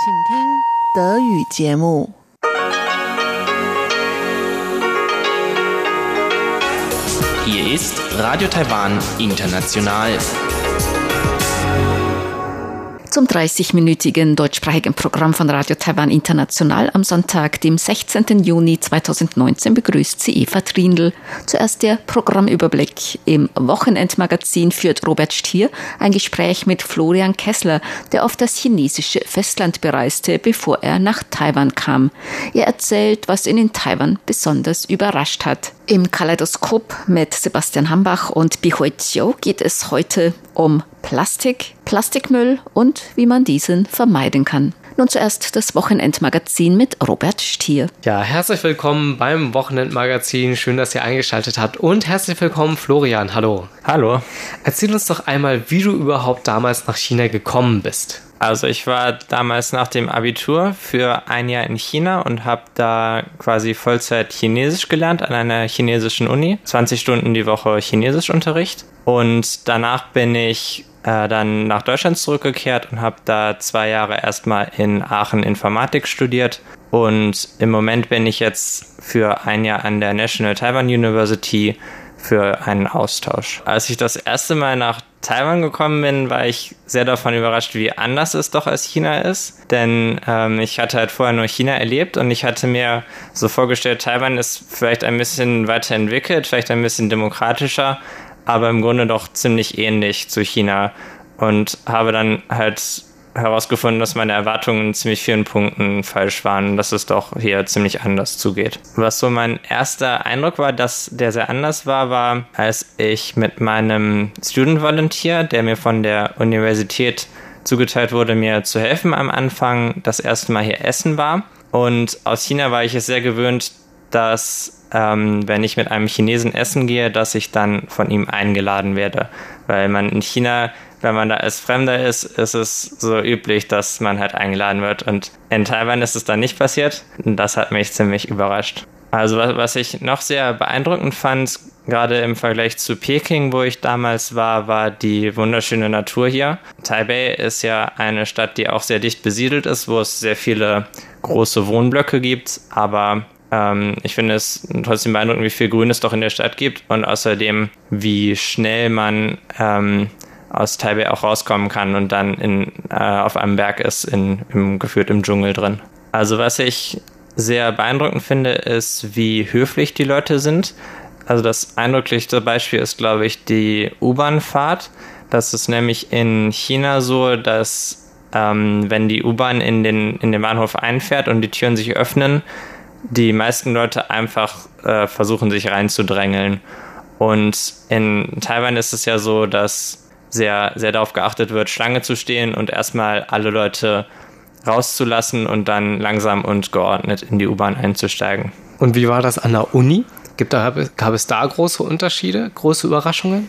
Hier ist Radio Taiwan International. Zum 30-minütigen deutschsprachigen Programm von Radio Taiwan International am Sonntag, dem 16. Juni 2019, begrüßt sie Eva Trindl. Zuerst der Programmüberblick. Im Wochenendmagazin führt Robert Stier ein Gespräch mit Florian Kessler, der auf das chinesische Festland bereiste, bevor er nach Taiwan kam. Er erzählt, was ihn in Taiwan besonders überrascht hat. Im Kaleidoskop mit Sebastian Hambach und Bihui Chiu geht es heute um Plastik, Plastikmüll und wie man diesen vermeiden kann. Nun zuerst das Wochenendmagazin mit Robert Stier. Ja, herzlich willkommen beim Wochenendmagazin. Schön, dass ihr eingeschaltet habt. Und herzlich willkommen, Florian. Hallo. Hallo. Erzähl uns doch einmal, wie du überhaupt damals nach China gekommen bist. Also ich war damals nach dem Abitur für ein Jahr in China und habe da quasi Vollzeit Chinesisch gelernt an einer chinesischen Uni. 20 Stunden die Woche Chinesischunterricht. Und danach bin ich dann nach Deutschland zurückgekehrt und habe da 2 Jahre erstmal in Aachen Informatik studiert. Und im Moment bin ich jetzt für ein Jahr an der National Taiwan University für einen Austausch. Als ich das erste Mal nach Taiwan gekommen bin, war ich sehr davon überrascht, wie anders es doch als China ist. Denn ich hatte halt vorher nur China erlebt und ich hatte mir so vorgestellt, Taiwan ist vielleicht ein bisschen weiterentwickelt, vielleicht ein bisschen demokratischer, aber im Grunde doch ziemlich ähnlich zu China. Und habe dann halt herausgefunden, dass meine Erwartungen in ziemlich vielen Punkten falsch waren, dass es doch hier ziemlich anders zugeht. Was so mein erster Eindruck war, dass der sehr anders war, als ich mit meinem Student Volunteer, der mir von der Universität zugeteilt wurde, mir zu helfen am Anfang, das erste Mal hier essen war. Und aus China war ich es sehr gewöhnt, dass wenn ich mit einem Chinesen essen gehe, dass ich dann von ihm eingeladen werde. Weil man in China, wenn man da als Fremder ist, ist es so üblich, dass man halt eingeladen wird. Und in Taiwan ist es dann nicht passiert. Und das hat mich ziemlich überrascht. Also was ich noch sehr beeindruckend fand, gerade im Vergleich zu Peking, wo ich damals war die wunderschöne Natur hier. Taipei ist ja eine Stadt, die auch sehr dicht besiedelt ist, wo es sehr viele große Wohnblöcke gibt, aber ich finde es trotzdem beeindruckend, wie viel Grün es doch in der Stadt gibt und außerdem, wie schnell man aus Taipei auch rauskommen kann und dann auf einem Berg ist, geführt im Dschungel drin. Also was ich sehr beeindruckend finde, ist, wie höflich die Leute sind. Also das eindrücklichste Beispiel ist, glaube ich, die U-Bahn-Fahrt. Das ist nämlich in China so, dass wenn die U-Bahn in den Bahnhof einfährt und die Türen sich öffnen, die meisten Leute einfach versuchen, sich reinzudrängeln. Und in Taiwan ist es ja so, dass sehr, sehr darauf geachtet wird, Schlange zu stehen und erstmal alle Leute rauszulassen und dann langsam und geordnet in die U-Bahn einzusteigen. Und wie war das an der Uni? Gab es da große Unterschiede, große Überraschungen?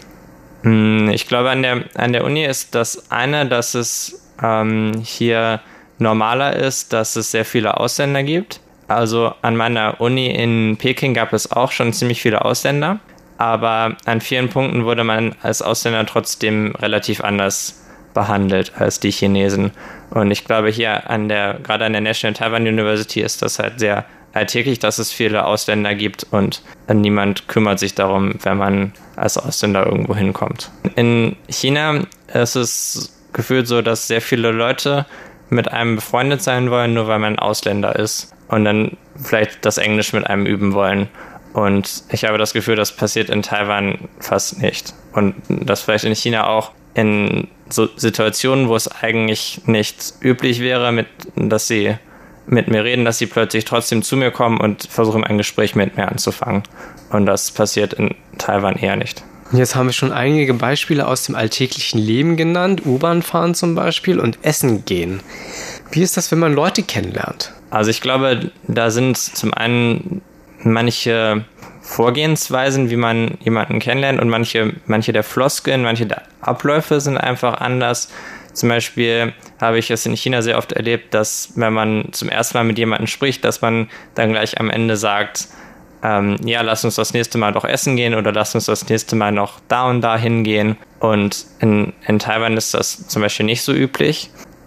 Ich glaube, an der Uni ist das eine, dass es hier normaler ist, dass es sehr viele Ausländer gibt. Also an meiner Uni in Peking gab es auch schon ziemlich viele Ausländer, aber an vielen Punkten wurde man als Ausländer trotzdem relativ anders behandelt als die Chinesen. Und ich glaube, hier gerade an der National Taiwan University ist das halt sehr alltäglich, dass es viele Ausländer gibt und niemand kümmert sich darum, wenn man als Ausländer irgendwo hinkommt. In China ist es gefühlt so, dass sehr viele Leute mit einem befreundet sein wollen, nur weil man Ausländer ist und dann vielleicht das Englisch mit einem üben wollen. Und ich habe das Gefühl, das passiert in Taiwan fast nicht. Und das vielleicht in China auch in so Situationen, wo es eigentlich nicht üblich wäre, dass sie mit mir reden, dass sie plötzlich trotzdem zu mir kommen und versuchen, ein Gespräch mit mir anzufangen. Und das passiert in Taiwan eher nicht. Jetzt haben wir schon einige Beispiele aus dem alltäglichen Leben genannt, U-Bahn fahren zum Beispiel und Essen gehen. Wie ist das, wenn man Leute kennenlernt? Also ich glaube, da sind zum einen manche Vorgehensweisen, wie man jemanden kennenlernt und manche der Floskeln, manche der Abläufe sind einfach anders. Zum Beispiel habe ich es in China sehr oft erlebt, dass wenn man zum ersten Mal mit jemandem spricht, dass man dann gleich am Ende sagt, ja, lass uns das nächste Mal doch essen gehen oder lass uns das nächste Mal noch da und da hingehen. Und in Taiwan ist das zum Beispiel nicht so üblich.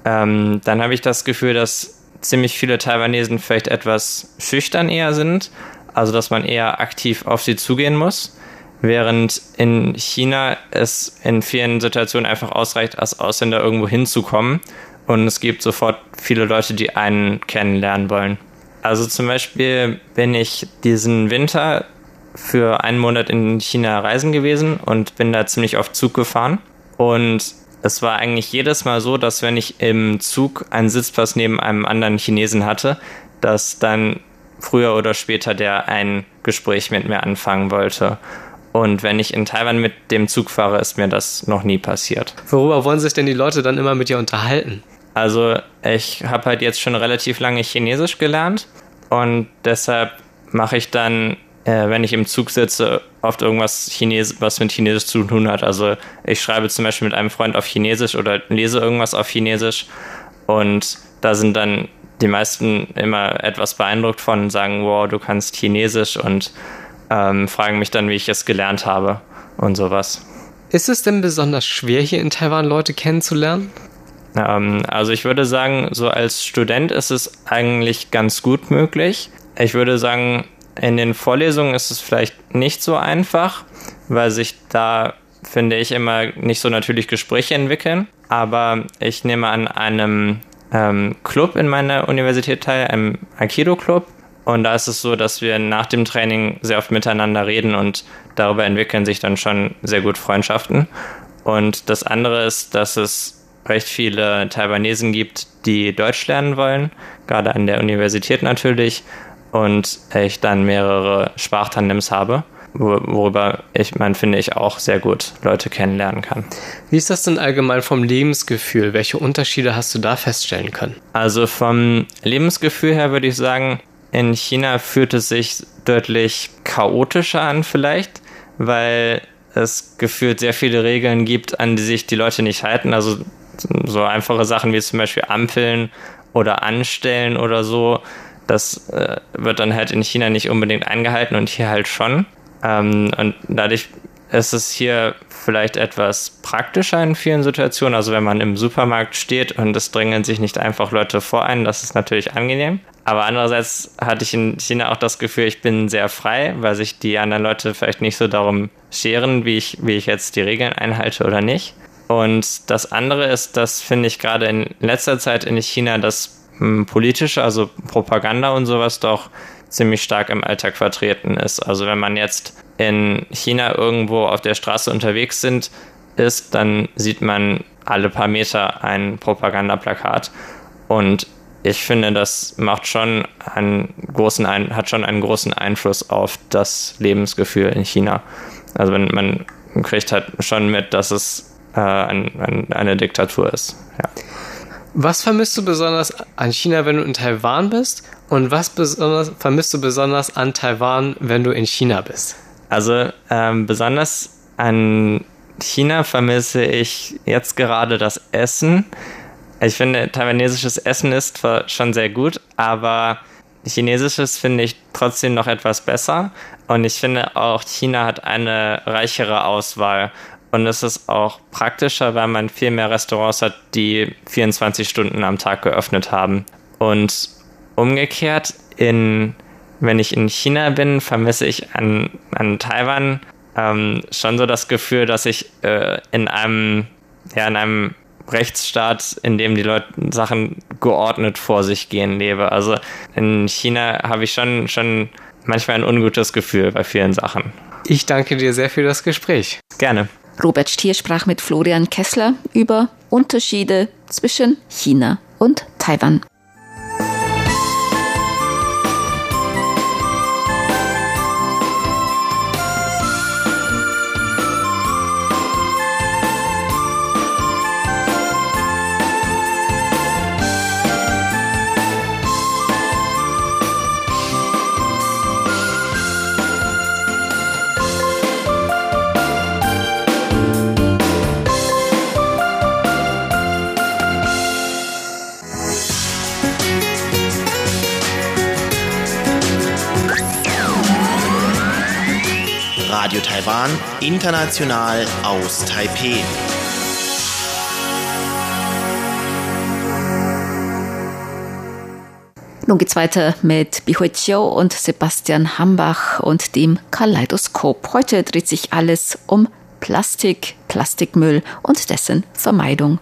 dann habe ich das Gefühl, dass ziemlich viele Taiwanesen vielleicht etwas schüchtern eher sind, also dass man eher aktiv auf sie zugehen muss, während in China es in vielen Situationen einfach ausreicht, als Ausländer irgendwo hinzukommen und es gibt sofort viele Leute, die einen kennenlernen wollen. Also zum Beispiel bin ich diesen Winter für einen Monat in China reisen gewesen und bin da ziemlich oft Zug gefahren und es war eigentlich jedes Mal so, dass wenn ich im Zug einen Sitzplatz neben einem anderen Chinesen hatte, dass dann früher oder später der ein Gespräch mit mir anfangen wollte. Und wenn ich in Taiwan mit dem Zug fahre, ist mir das noch nie passiert. Worüber wollen sich denn die Leute dann immer mit dir unterhalten? Also ich habe halt jetzt schon relativ lange Chinesisch gelernt und deshalb mache ich dann, wenn ich im Zug sitze, oft irgendwas was mit Chinesisch zu tun hat. Also ich schreibe zum Beispiel mit einem Freund auf Chinesisch oder lese irgendwas auf Chinesisch und da sind dann die meisten immer etwas beeindruckt von und sagen, wow, du kannst Chinesisch und fragen mich dann, wie ich es gelernt habe und sowas. Ist es denn besonders schwer, hier in Taiwan Leute kennenzulernen? Also ich würde sagen, so als Student ist es eigentlich ganz gut möglich. Ich würde sagen, in den Vorlesungen ist es vielleicht nicht so einfach, weil sich da, finde ich, immer nicht so natürlich Gespräche entwickeln. Aber ich nehme an einem Club in meiner Universität teil, einem Aikido-Club. Und da ist es so, dass wir nach dem Training sehr oft miteinander reden und darüber entwickeln sich dann schon sehr gut Freundschaften. Und das andere ist, dass es recht viele Taiwanesen gibt, die Deutsch lernen wollen, gerade an der Universität natürlich. Und ich dann mehrere Sprachtandems habe, worüber finde ich, auch sehr gut Leute kennenlernen kann. Wie ist das denn allgemein vom Lebensgefühl? Welche Unterschiede hast du da feststellen können? Also vom Lebensgefühl her würde ich sagen, in China fühlt es sich deutlich chaotischer an vielleicht, weil es gefühlt sehr viele Regeln gibt, an die sich die Leute nicht halten. Also so einfache Sachen wie zum Beispiel Ampeln oder Anstellen oder so. Das wird dann halt in China nicht unbedingt eingehalten und hier halt schon. Und dadurch ist es hier vielleicht etwas praktischer in vielen Situationen. Also wenn man im Supermarkt steht und es drängen sich nicht einfach Leute vor einen, das ist natürlich angenehm. Aber andererseits hatte ich in China auch das Gefühl, ich bin sehr frei, weil sich die anderen Leute vielleicht nicht so darum scheren, wie ich jetzt die Regeln einhalte oder nicht. Und das andere ist, dass, finde ich, gerade in letzter Zeit in China das politische, also Propaganda und sowas doch ziemlich stark im Alltag vertreten ist. Also wenn man jetzt in China irgendwo auf der Straße unterwegs ist, dann sieht man alle paar Meter ein Propagandaplakat und ich finde, das macht schon hat schon einen großen Einfluss auf das Lebensgefühl in China. Also man kriegt halt schon mit, dass es eine Diktatur ist. Ja. Was vermisst du besonders an China, wenn du in Taiwan bist? Und was vermisst du besonders an Taiwan, wenn du in China bist? Also besonders an China vermisse ich jetzt gerade das Essen. Ich finde, taiwanesisches Essen ist zwar schon sehr gut, aber chinesisches finde ich trotzdem noch etwas besser. Und ich finde auch, China hat eine reichere Auswahl. Und es ist auch praktischer, weil man viel mehr Restaurants hat, die 24 Stunden am Tag geöffnet haben. Und umgekehrt, wenn ich in China bin, vermisse ich an Taiwan schon so das Gefühl, dass ich in einem Rechtsstaat, in dem die Leute Sachen geordnet vor sich gehen, lebe. Also in China habe ich schon manchmal ein ungutes Gefühl bei vielen Sachen. Ich danke dir sehr für das Gespräch. Gerne. Robert Stier sprach mit Florian Kessler über Unterschiede zwischen China und Taiwan. Radio Taiwan, international aus Taipeh. Nun geht's weiter mit Bi Hui Chiu und Sebastian Hambach und dem Kaleidoskop. Heute dreht sich alles um Plastik, Plastikmüll und dessen Vermeidung.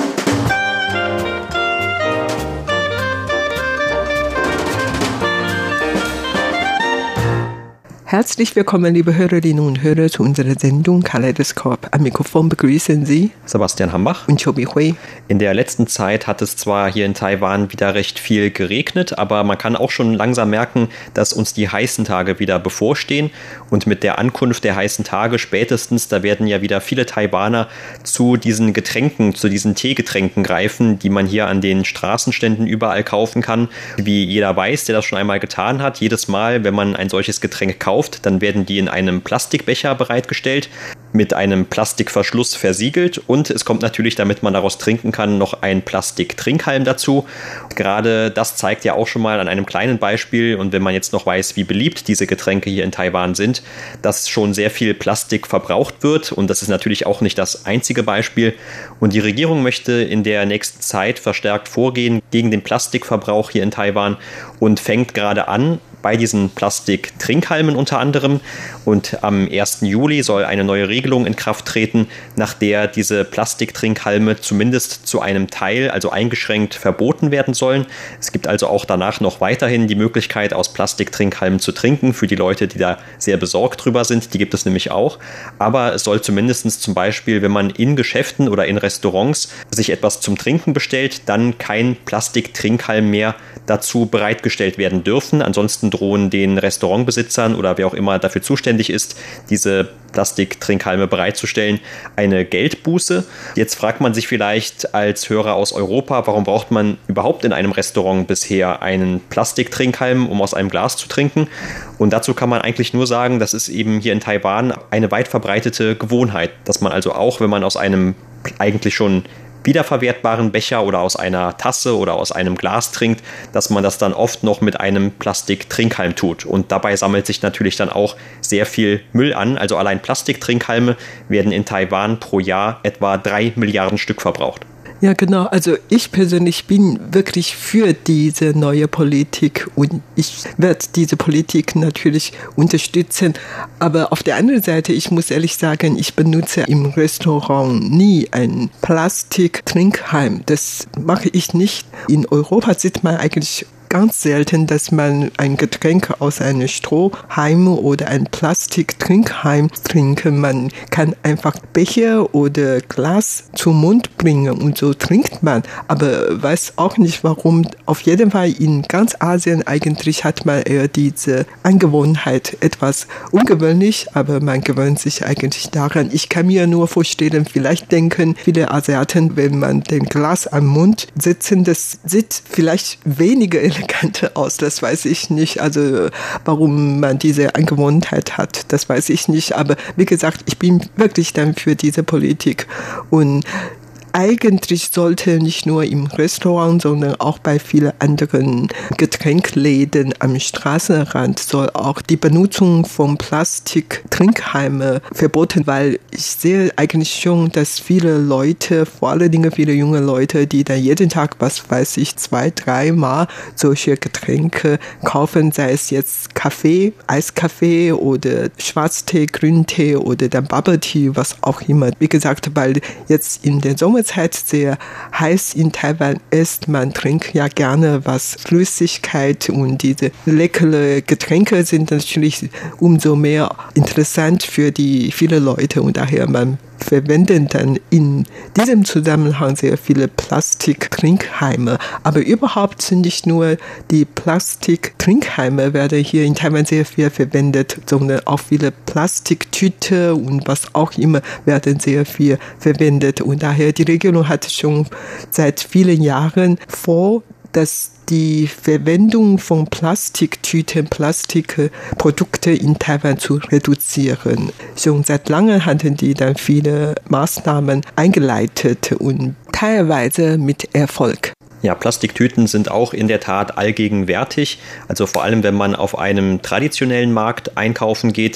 Herzlich willkommen, liebe Hörerinnen und Hörer, zu unserer Sendung Kaleidoskop. Am Mikrofon begrüßen Sie Sebastian Hambach und Chobi Hui. In der letzten Zeit hat es zwar hier in Taiwan wieder recht viel geregnet, aber man kann auch schon langsam merken, dass uns die heißen Tage wieder bevorstehen. Und mit der Ankunft der heißen Tage spätestens, da werden ja wieder viele Taiwaner zu diesen Getränken, zu diesen Teegetränken greifen, die man hier an den Straßenständen überall kaufen kann. Wie jeder weiß, der das schon einmal getan hat, jedes Mal, wenn man ein solches Getränk kauft, dann werden die in einem Plastikbecher bereitgestellt, mit einem Plastikverschluss versiegelt und es kommt natürlich, damit man daraus trinken kann, noch ein Plastiktrinkhalm dazu. Gerade das zeigt ja auch schon mal an einem kleinen Beispiel, und wenn man jetzt noch weiß, wie beliebt diese Getränke hier in Taiwan sind, dass schon sehr viel Plastik verbraucht wird, und das ist natürlich auch nicht das einzige Beispiel. Und die Regierung möchte in der nächsten Zeit verstärkt vorgehen gegen den Plastikverbrauch hier in Taiwan und fängt gerade an bei diesen Plastiktrinkhalmen unter anderem. Und am 1. Juli soll eine neue Regelung in Kraft treten, nach der diese Plastiktrinkhalme zumindest zu einem Teil, also eingeschränkt, verboten werden sollen. Es gibt also auch danach noch weiterhin die Möglichkeit, aus Plastiktrinkhalmen zu trinken, für die Leute, die da sehr besorgt drüber sind. Die gibt es nämlich auch. Aber es soll zumindest zum Beispiel, wenn man in Geschäften oder in Restaurants sich etwas zum Trinken bestellt, dann kein Plastiktrinkhalm mehr dazu bereitgestellt werden dürfen. Ansonsten drohen den Restaurantbesitzern oder wer auch immer dafür zuständig ist, diese Plastiktrinkhalme bereitzustellen, eine Geldbuße. Jetzt fragt man sich vielleicht als Hörer aus Europa, warum braucht man überhaupt in einem Restaurant bisher einen Plastiktrinkhalm, um aus einem Glas zu trinken? Und dazu kann man eigentlich nur sagen, das ist eben hier in Taiwan eine weit verbreitete Gewohnheit, dass man also auch, wenn man aus einem eigentlich schon wiederverwertbaren Becher oder aus einer Tasse oder aus einem Glas trinkt, dass man das dann oft noch mit einem Plastiktrinkhalm tut. Und dabei sammelt sich natürlich dann auch sehr viel Müll an. Also allein Plastiktrinkhalme werden in Taiwan pro Jahr etwa 3 Milliarden Stück verbraucht. Ja, genau. Also ich persönlich bin wirklich für diese neue Politik und ich werde diese Politik natürlich unterstützen. Aber auf der anderen Seite, ich muss ehrlich sagen, ich benutze im Restaurant nie ein Plastiktrinkhalm. Das mache ich nicht. In Europa sieht man eigentlich ganz selten, dass man ein Getränk aus einem Strohhalm oder einem Plastiktrinkhalm trinken. Man kann einfach Becher oder Glas zum Mund bringen und so trinkt man. Aber weiß auch nicht warum. Auf jeden Fall in ganz Asien eigentlich hat man eher diese Angewohnheit, etwas ungewöhnlich, aber man gewöhnt sich eigentlich daran. Ich kann mir nur vorstellen, vielleicht denken viele Asiaten, wenn man den Glas am Mund sitzen, das sieht vielleicht weniger eleganter aus, das weiß ich nicht. Also warum man diese Angewohnheit hat, das weiß ich nicht. Aber wie gesagt, ich bin wirklich dann für diese Politik. Und eigentlich sollte nicht nur im Restaurant, sondern auch bei vielen anderen Getränkläden am Straßenrand soll auch die Benutzung von Plastiktrinkhalmen verboten, weil ich sehe eigentlich schon, dass viele Leute, vor allen Dingen viele junge Leute, die dann jeden Tag, was weiß ich, 2-3 Mal solche Getränke kaufen, sei es jetzt Kaffee, Eiskaffee oder Schwarztee, Grüntee oder dann Bubble Tea, was auch immer. Wie gesagt, weil jetzt in der Sommerzeit sehr heiß in Taiwan ist. Man trinkt ja gerne was Flüssigkeit und diese leckere Getränke sind natürlich umso mehr interessant für die viele Leute und daher man verwenden dann in diesem Zusammenhang sehr viele Plastiktrinkhalme. Aber überhaupt sind nicht nur die Plastiktrinkhalme werden hier in Taiwan sehr viel verwendet, sondern auch viele Plastiktüten und was auch immer werden sehr viel verwendet. Und daher die Regierung hat schon seit vielen Jahren vor, dass die Verwendung von Plastiktüten, Plastikprodukte in Taiwan zu reduzieren. Schon seit langem hatten die dann viele Maßnahmen eingeleitet und teilweise mit Erfolg. Ja, Plastiktüten sind auch in der Tat allgegenwärtig. Also vor allem, wenn man auf einem traditionellen Markt einkaufen geht,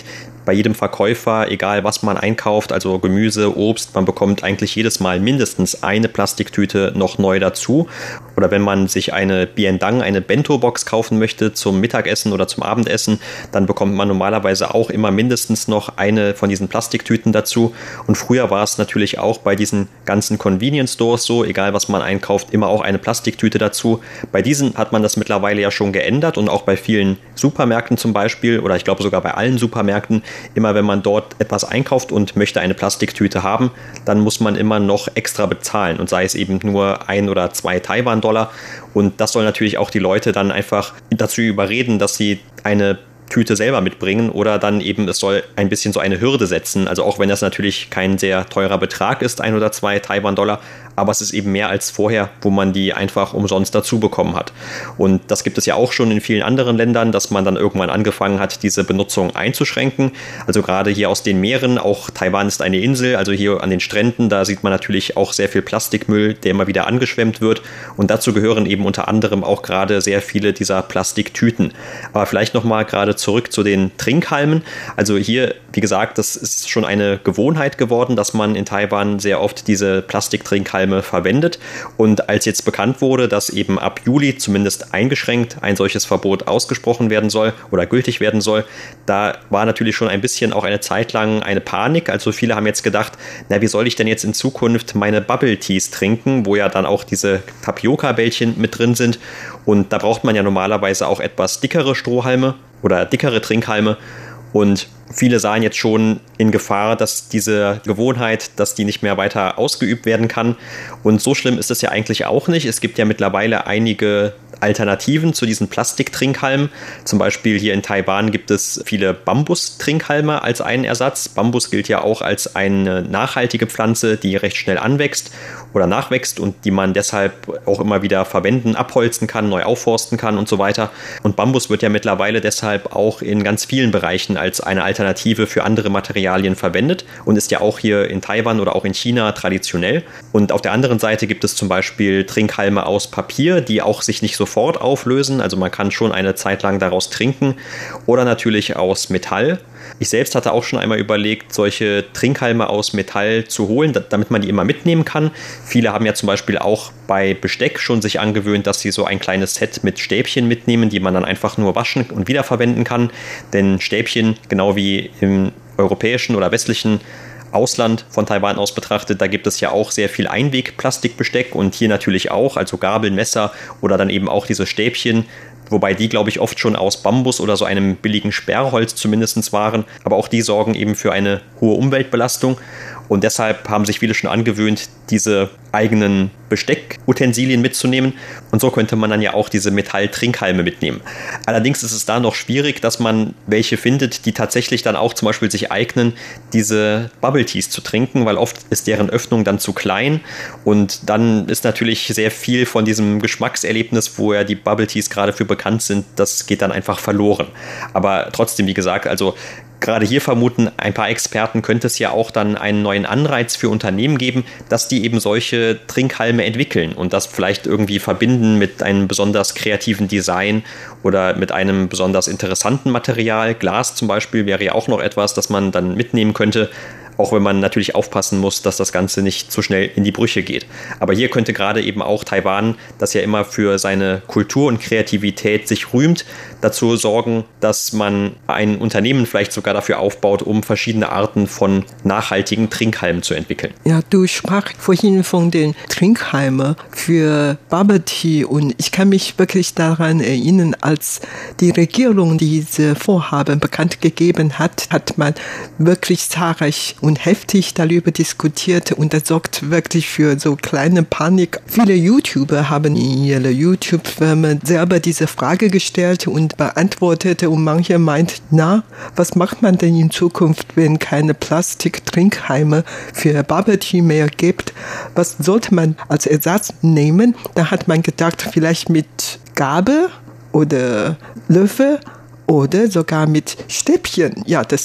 bei jedem Verkäufer, egal was man einkauft, also Gemüse, Obst, man bekommt eigentlich jedes Mal mindestens eine Plastiktüte noch neu dazu. Oder wenn man sich eine Biendang, eine Bento-Box kaufen möchte zum Mittagessen oder zum Abendessen, dann bekommt man normalerweise auch immer mindestens noch eine von diesen Plastiktüten dazu. Und früher war es natürlich auch bei diesen ganzen Convenience Stores so, egal was man einkauft, immer auch eine Plastiktüte dazu. Bei diesen hat man das mittlerweile ja schon geändert und auch bei vielen Supermärkten zum Beispiel, oder ich glaube sogar bei allen Supermärkten, immer wenn man dort etwas einkauft und möchte eine Plastiktüte haben, dann muss man immer noch extra bezahlen und sei es eben nur 1 oder 2 Taiwan-Dollar. Und das soll natürlich auch die Leute dann einfach dazu überreden, dass sie eine Tüte selber mitbringen oder dann eben, es soll ein bisschen so eine Hürde setzen. Also auch wenn das natürlich kein sehr teurer Betrag ist, 1 oder 2 Taiwan-Dollar, aber es ist eben mehr als vorher, wo man die einfach umsonst dazu bekommen hat. Und das gibt es ja auch schon in vielen anderen Ländern, dass man dann irgendwann angefangen hat, diese Benutzung einzuschränken. Also gerade hier aus den Meeren, auch Taiwan ist eine Insel, also hier an den Stränden, da sieht man natürlich auch sehr viel Plastikmüll, der immer wieder angeschwemmt wird. Und dazu gehören eben unter anderem auch gerade sehr viele dieser Plastiktüten. Aber vielleicht nochmal gerade zurück zu den Trinkhalmen. Also hier, wie gesagt, das ist schon eine Gewohnheit geworden, dass man in Taiwan sehr oft diese Plastiktrinkhalme verwendet. Und als jetzt bekannt wurde, dass eben ab Juli zumindest eingeschränkt ein solches Verbot ausgesprochen werden soll oder gültig werden soll, da war natürlich schon ein bisschen auch eine Zeit lang eine Panik. Also viele haben jetzt gedacht, na, wie soll ich denn jetzt in Zukunft meine Bubble Teas trinken, wo ja dann auch diese Tapioca-Bällchen mit drin sind. Und da braucht man ja normalerweise auch etwas dickere Strohhalme oder dickere Trinkhalme. Und viele sahen jetzt schon in Gefahr, dass diese Gewohnheit, dass die nicht mehr weiter ausgeübt werden kann. Und so schlimm ist es ja eigentlich auch nicht. Es gibt ja mittlerweile einige Alternativen zu diesen Plastiktrinkhalmen. Zum Beispiel hier in Taiwan gibt es viele Bambus-Trinkhalme als einen Ersatz. Bambus gilt ja auch als eine nachhaltige Pflanze, die recht schnell anwächst oder nachwächst und die man deshalb auch immer wieder verwenden, abholzen kann, neu aufforsten kann und so weiter. Und Bambus wird ja mittlerweile deshalb auch in ganz vielen Bereichen als eine Alternative für andere Materialien verwendet und ist ja auch hier in Taiwan oder auch in China traditionell. Und auf der anderen Seite gibt es zum Beispiel Trinkhalme aus Papier, die auch sich nicht sofort auflösen. Also man kann schon eine Zeit lang daraus trinken. Oder natürlich aus Metall. Ich selbst hatte auch schon einmal überlegt, solche Trinkhalme aus Metall zu holen, damit man die immer mitnehmen kann. Viele haben ja zum Beispiel auch bei Besteck schon sich angewöhnt, dass sie so ein kleines Set mit Stäbchen mitnehmen, die man dann einfach nur waschen und wiederverwenden kann. Denn Stäbchen, genau wie im europäischen oder westlichen Ausland von Taiwan aus betrachtet, da gibt es ja auch sehr viel Einwegplastikbesteck und hier natürlich auch, also Gabeln, Messer oder dann eben auch diese Stäbchen, wobei die, glaube ich, oft schon aus Bambus oder so einem billigen Sperrholz zumindest waren, aber auch die sorgen eben für eine hohe Umweltbelastung. Und deshalb haben sich viele schon angewöhnt, diese eigenen Besteckutensilien mitzunehmen. Und so könnte man dann ja auch diese Metalltrinkhalme mitnehmen. Allerdings ist es da noch schwierig, dass man welche findet, die tatsächlich dann auch zum Beispiel sich eignen, diese Bubble Teas zu trinken, weil oft ist deren Öffnung dann zu klein. Und dann ist natürlich sehr viel von diesem Geschmackserlebnis, wo ja die Bubble Teas gerade für bekannt sind, das geht dann einfach verloren. Aber trotzdem, wie gesagt, also gerade hier vermuten ein paar Experten, könnte es ja auch dann einen neuen Anreiz für Unternehmen geben, dass die eben solche Trinkhalme entwickeln und das vielleicht irgendwie verbinden mit einem besonders kreativen Design oder mit einem besonders interessanten Material. Glas zum Beispiel wäre ja auch noch etwas, das man dann mitnehmen könnte, auch wenn man natürlich aufpassen muss, dass das Ganze nicht zu schnell in die Brüche geht. Aber hier könnte gerade eben auch Taiwan, das ja immer für seine Kultur und Kreativität sich rühmt, dazu sorgen, dass man ein Unternehmen vielleicht sogar dafür aufbaut, um verschiedene Arten von nachhaltigen Trinkhalmen zu entwickeln. Ja, du sprachst vorhin von den Trinkhalmen für Bubble Tea und ich kann mich wirklich daran erinnern, als die Regierung diese Vorhaben bekannt gegeben hat, hat man wirklich zahlreich und heftig darüber diskutiert und das sorgt wirklich für so kleine Panik. Viele YouTuber haben in ihrer YouTube-Firma selber diese Frage gestellt und beantwortet und manche meint, na, was macht man denn in Zukunft, wenn keine Plastiktrinkhalme für Bubble Tea mehr gibt? Was sollte man als Ersatz nehmen? Da hat man gedacht, vielleicht mit Gabel oder Löffel oder sogar mit Stäbchen. Ja, das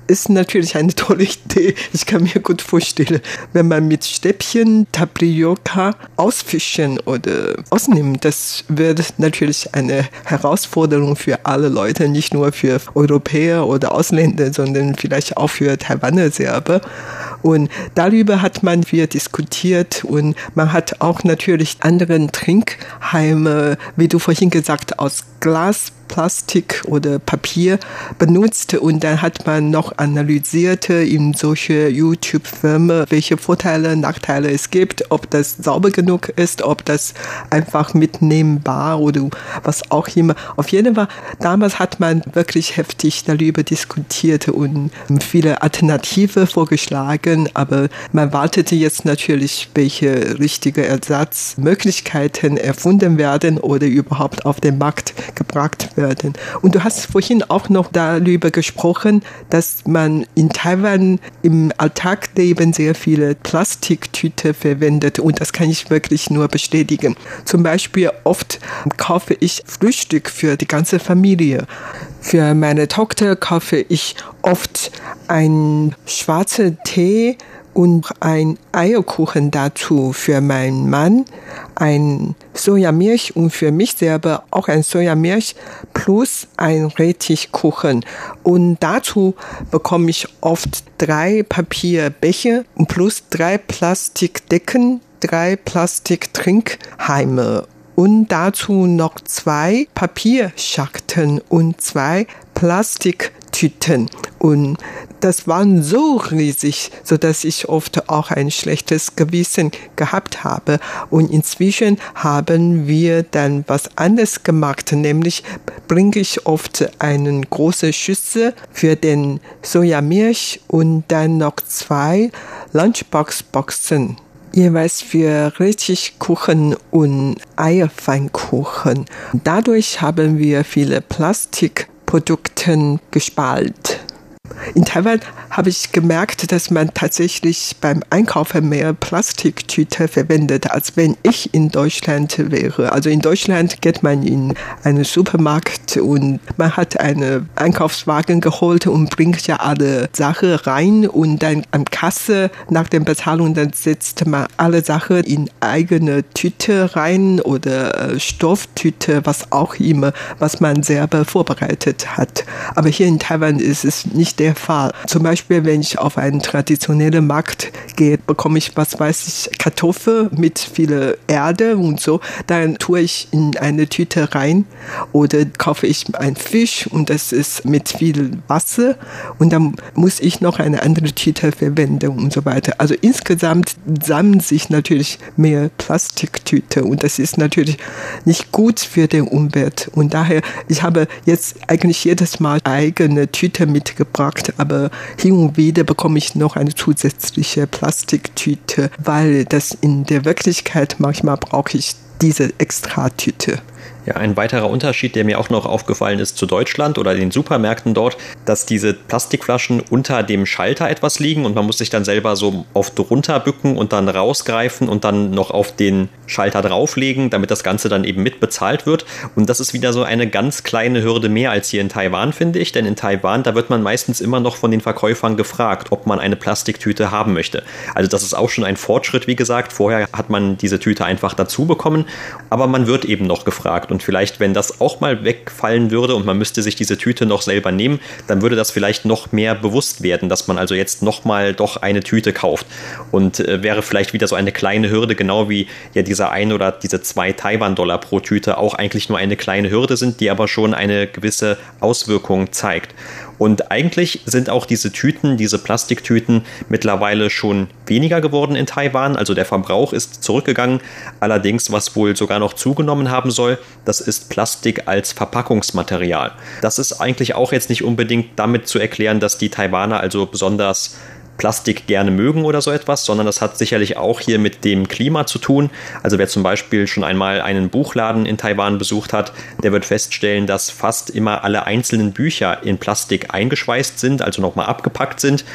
ist natürlich eine tolle Idee. Ich kann mir gut vorstellen, wenn man mit Stäbchen Tapioca ausfischen oder ausnehmen, das wird natürlich eine Herausforderung für alle Leute, nicht nur für Europäer oder Ausländer, sondern vielleicht auch für Taiwaner selber. Und darüber hat man viel diskutiert und man hat auch natürlich anderen Trinkheime, wie du vorhin gesagt, aus Glas, Plastik oder Papier benutzt und dann hat man noch analysiert in solche YouTube-Filme, welche Vorteile, Nachteile es gibt, ob das sauber genug ist, ob das einfach mitnehmbar oder was auch immer. Auf jeden Fall, damals hat man wirklich heftig darüber diskutiert und viele Alternative vorgeschlagen, aber man wartete jetzt natürlich, welche richtige Ersatzmöglichkeiten erfunden werden oder überhaupt auf den Markt gebracht werden. Und du hast vorhin auch noch darüber gesprochen, dass man in Taiwan im Alltagsleben sehr viele Plastiktüten verwendet und das kann ich wirklich nur bestätigen. Zum Beispiel oft kaufe ich Frühstück für die ganze Familie. Für meine Tochter kaufe ich oft einen schwarzen Tee und ein Eierkuchen dazu für meinen Mann, ein Sojamilch und für mich selber auch ein Sojamilch plus ein Rettichkuchen. Und dazu bekomme ich oft 3 Papierbecher plus 3 Plastikdecken, 3 Plastiktrinkhalme. Und dazu noch 2 Papierschachteln und 2 Plastiktüten. Und das waren so riesig, sodass ich oft auch ein schlechtes Gewissen gehabt habe. Und inzwischen haben wir dann was anderes gemacht, nämlich bringe ich oft eine große Schüssel für den Sojamilch und dann noch 2 Lunchbox-Boxen. Jeweils für Rettichkuchen und Eierpfannkuchen. Dadurch haben wir viele Plastikprodukte gespart. In Taiwan habe ich gemerkt, dass man tatsächlich beim Einkaufen mehr Plastiktüte verwendet, als wenn ich in Deutschland wäre. Also in Deutschland geht man in einen Supermarkt und man hat einen Einkaufswagen geholt und bringt ja alle Sachen rein und dann am Kasse nach der Bezahlung dann setzt man alle Sachen in eigene Tüte rein oder Stofftüte, was auch immer, was man selber vorbereitet hat. Aber hier in Taiwan ist es nicht der Fall. Zum Beispiel, wenn ich auf einen traditionellen Markt gehe, bekomme ich, was weiß ich, Kartoffeln mit viel Erde und so. Dann tue ich in eine Tüte rein oder kaufe ich einen Fisch und das ist mit viel Wasser und dann muss ich noch eine andere Tüte verwenden und so weiter. Also insgesamt sammeln sich natürlich mehr Plastiktüte und das ist natürlich nicht gut für die Umwelt. Und daher, ich habe jetzt eigentlich jedes Mal eigene Tüte mitgebracht, aber hin und wieder bekomme ich noch eine zusätzliche Plastiktüte, weil das in der Wirklichkeit manchmal brauche ich diese Extratüte. Ja, ein weiterer Unterschied, der mir auch noch aufgefallen ist zu Deutschland oder den Supermärkten dort, dass diese Plastikflaschen unter dem Schalter etwas liegen und man muss sich dann selber so oft runterbücken und dann rausgreifen und dann noch auf den Schalter drauflegen, damit das Ganze dann eben mitbezahlt wird. Und das ist wieder so eine ganz kleine Hürde mehr als hier in Taiwan, finde ich, denn in Taiwan, da wird man meistens immer noch von den Verkäufern gefragt, ob man eine Plastiktüte haben möchte. Also das ist auch schon ein Fortschritt, wie gesagt. Vorher hat man diese Tüte einfach dazu bekommen, aber man wird eben noch gefragt. Und vielleicht, wenn das auch mal wegfallen würde und man müsste sich diese Tüte noch selber nehmen, dann würde das vielleicht noch mehr bewusst werden, dass man also jetzt nochmal doch eine Tüte kauft. Und wäre vielleicht wieder so eine kleine Hürde, genau wie ja dieser 1 oder diese 2 Taiwan-Dollar pro Tüte auch eigentlich nur eine kleine Hürde sind, die aber schon eine gewisse Auswirkung zeigt. Und eigentlich sind auch diese Tüten, diese Plastiktüten mittlerweile schon weniger geworden in Taiwan. Also der Verbrauch ist zurückgegangen. Allerdings, was wohl sogar noch zugenommen haben soll, das ist Plastik als Verpackungsmaterial. Das ist eigentlich auch jetzt nicht unbedingt damit zu erklären, dass die Taiwaner also besonders Plastik gerne mögen oder so etwas, sondern das hat sicherlich auch hier mit dem Klima zu tun. Also wer zum Beispiel schon einmal einen Buchladen in Taiwan besucht hat, der wird feststellen, dass fast immer alle einzelnen Bücher in Plastik eingeschweißt sind, also nochmal abgepackt sind.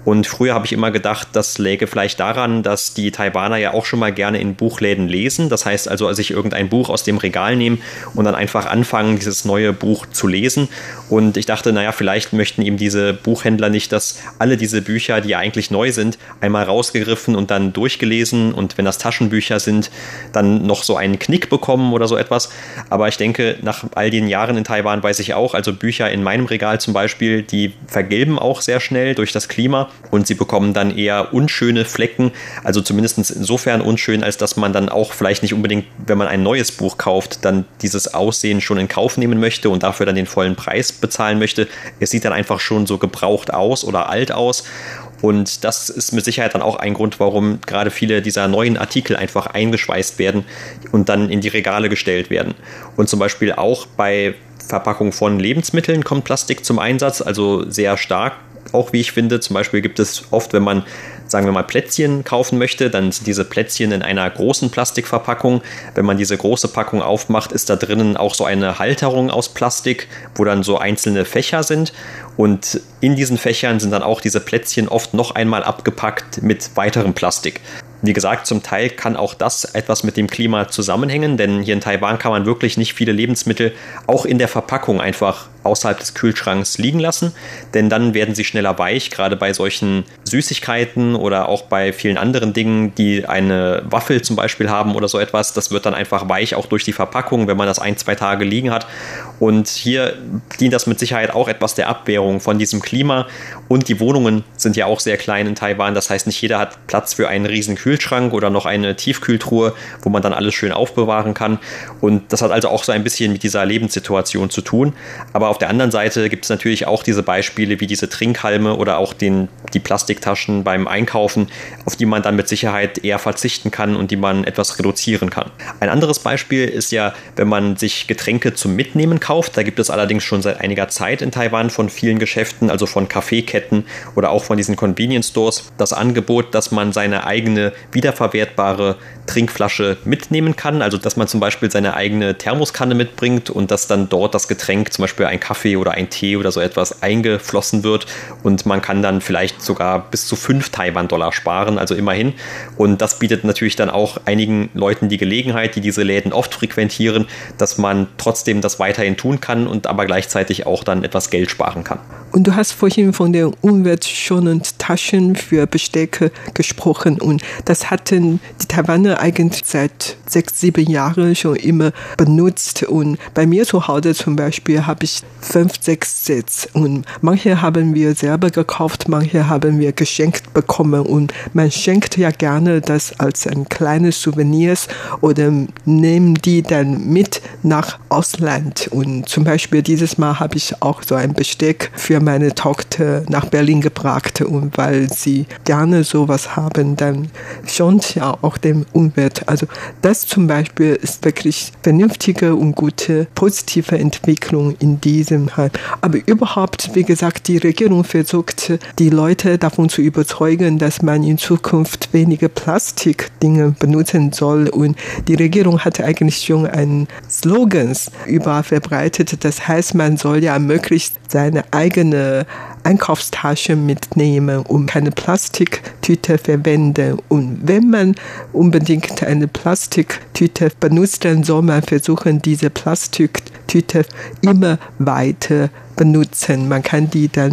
Und früher habe ich immer gedacht, das läge vielleicht daran, dass die Taiwaner ja auch schon mal gerne in Buchläden lesen. Das heißt also, sich irgendein Buch aus dem Regal nehmen und dann einfach anfangen, dieses neue Buch zu lesen. Und ich dachte, naja, vielleicht möchten eben diese Buchhändler nicht, dass alle diese Bücher, die ja eigentlich neu sind, einmal rausgegriffen und dann durchgelesen und wenn das Taschenbücher sind, dann noch so einen Knick bekommen oder so etwas. Aber ich denke, nach all den Jahren in Taiwan weiß ich auch, also Bücher in meinem Regal zum Beispiel, die vergilben auch sehr schnell durch das Klima und sie bekommen dann eher unschöne Flecken, also zumindest insofern unschön, als dass man dann auch vielleicht nicht unbedingt, wenn man ein neues Buch kauft, dann dieses Aussehen schon in Kauf nehmen möchte und dafür dann den vollen Preis bezahlen möchte. Es sieht dann einfach schon so gebraucht aus oder alt aus. Und das ist mit Sicherheit dann auch ein Grund, warum gerade viele dieser neuen Artikel einfach eingeschweißt werden und dann in die Regale gestellt werden. Und zum Beispiel auch bei Verpackung von Lebensmitteln kommt Plastik zum Einsatz, also sehr stark. Auch wie ich finde, zum Beispiel gibt es oft, wenn man, sagen wir mal, Plätzchen kaufen möchte, dann sind diese Plätzchen in einer großen Plastikverpackung. Wenn man diese große Packung aufmacht, ist da drinnen auch so eine Halterung aus Plastik, wo dann so einzelne Fächer sind. Und in diesen Fächern sind dann auch diese Plätzchen oft noch einmal abgepackt mit weiterem Plastik. Wie gesagt, zum Teil kann auch das etwas mit dem Klima zusammenhängen, denn hier in Taiwan kann man wirklich nicht viele Lebensmittel auch in der Verpackung einfach außerhalb des Kühlschranks liegen lassen, denn dann werden sie schneller weich, gerade bei solchen Süßigkeiten oder auch bei vielen anderen Dingen, die eine Waffel zum Beispiel haben oder so etwas. Das wird dann einfach weich, auch durch die Verpackung, wenn man das 1-2 Tage liegen hat. Und hier dient das mit Sicherheit auch etwas der Abwehrung von diesem Klima. Und die Wohnungen sind ja auch sehr klein in Taiwan. Das heißt, nicht jeder hat Platz für einen riesen Kühlschrank oder noch eine Tiefkühltruhe, wo man dann alles schön aufbewahren kann. Und das hat also auch so ein bisschen mit dieser Lebenssituation zu tun. Aber auf der anderen Seite gibt es natürlich auch diese Beispiele wie diese Trinkhalme oder auch die Plastiktaschen beim Einkaufen, auf die man dann mit Sicherheit eher verzichten kann und die man etwas reduzieren kann. Ein anderes Beispiel ist ja, wenn man sich Getränke zum Mitnehmen kauft. Da gibt es allerdings schon seit einiger Zeit in Taiwan von vielen Geschäften, also von Kaffeeketten oder auch von diesen Convenience Stores, das Angebot, dass man seine eigene wiederverwertbare Trinkflasche mitnehmen kann. Also dass man zum Beispiel seine eigene Thermoskanne mitbringt und dass dann dort das Getränk, zum Beispiel ein Kaffee oder ein Tee oder so etwas, eingeflossen wird und man kann dann vielleicht sogar bis zu 5 Taiwan-Dollar sparen, also immerhin. Und das bietet natürlich dann auch einigen Leuten die Gelegenheit, die diese Läden oft frequentieren, dass man trotzdem das weiterhin tun kann und aber gleichzeitig auch dann etwas Geld sparen kann. Und du hast vorhin von den umweltschonenden Taschen für Bestecke gesprochen und das hatten die Taiwaner eigentlich seit 6-7 Jahren schon immer benutzt und bei mir zu Hause zum Beispiel habe ich 5-6 Sets und manche haben wir selber gekauft, manche haben wir geschenkt bekommen und man schenkt ja gerne das als ein kleines Souvenirs oder nehmen die dann mit nach Ausland und zum Beispiel dieses Mal habe ich auch so ein Besteck für meine Tochter nach Berlin gebracht und weil sie gerne sowas haben, dann schont ja auch dem Umwelt. Also das zum Beispiel ist wirklich vernünftige und gute, positive Entwicklung in diesem Fall. Aber überhaupt, wie gesagt, die Regierung versucht, die Leute davon zu überzeugen, dass man in Zukunft weniger Plastikdinge benutzen soll und die Regierung hatte eigentlich schon einen Slogans überall verbreitet. Das heißt, man soll ja möglichst seine eigene Einkaufstasche mitnehmen und keine Plastiktüte verwenden. Und wenn man unbedingt eine Plastiktüte benutzt, dann soll man versuchen, diese Plastiktüte immer weiter benutzen. Man kann die dann,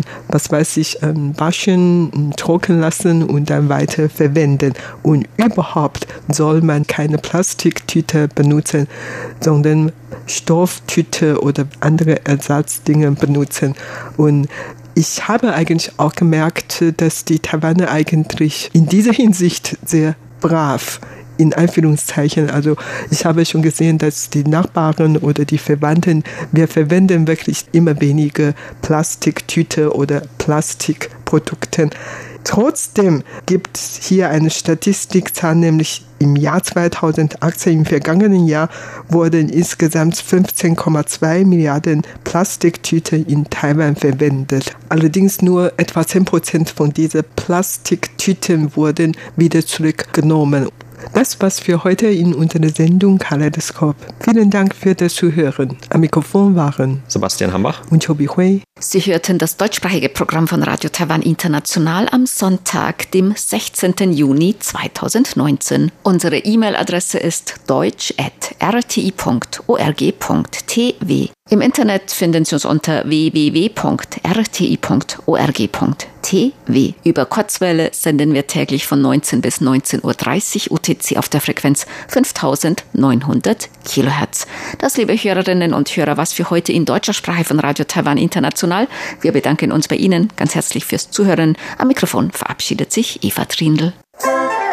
waschen, trocknen lassen und dann weiter verwenden. Und überhaupt soll man keine Plastiktüte benutzen, sondern Stofftüte oder andere Ersatzdinge benutzen. Und ich habe eigentlich auch gemerkt, dass die Taiwaner eigentlich in dieser Hinsicht sehr brav in Anführungszeichen. Also ich habe schon gesehen, dass die Nachbarn oder die Verwandten, wir verwenden wirklich immer weniger Plastiktüte oder Plastikprodukte. Trotzdem gibt es hier eine Statistikzahl, nämlich im Jahr 2018, im vergangenen Jahr, wurden insgesamt 15,2 Milliarden Plastiktüten in Taiwan verwendet. Allerdings nur etwa 10% von diesen Plastiktüten wurden wieder zurückgenommen. Das war's für heute in unserer Sendung Kaleidoskop. Vielen Dank für das Zuhören. Am Mikrofon waren Sebastian Hambach und Chobi Hui. Sie hörten das deutschsprachige Programm von Radio Taiwan International am Sonntag, dem 16. Juni 2019. Unsere E-Mail-Adresse ist deutsch@rti.org.tw. Im Internet finden Sie uns unter www.rti.org.tw. Über Kurzwelle senden wir täglich von 19 bis 19.30 Uhr UTC auf der Frequenz 5900 kHz. Das, liebe Hörerinnen und Hörer, was für heute in deutscher Sprache von Radio Taiwan International. Wir bedanken uns bei Ihnen ganz herzlich fürs Zuhören. Am Mikrofon verabschiedet sich Eva Trindl.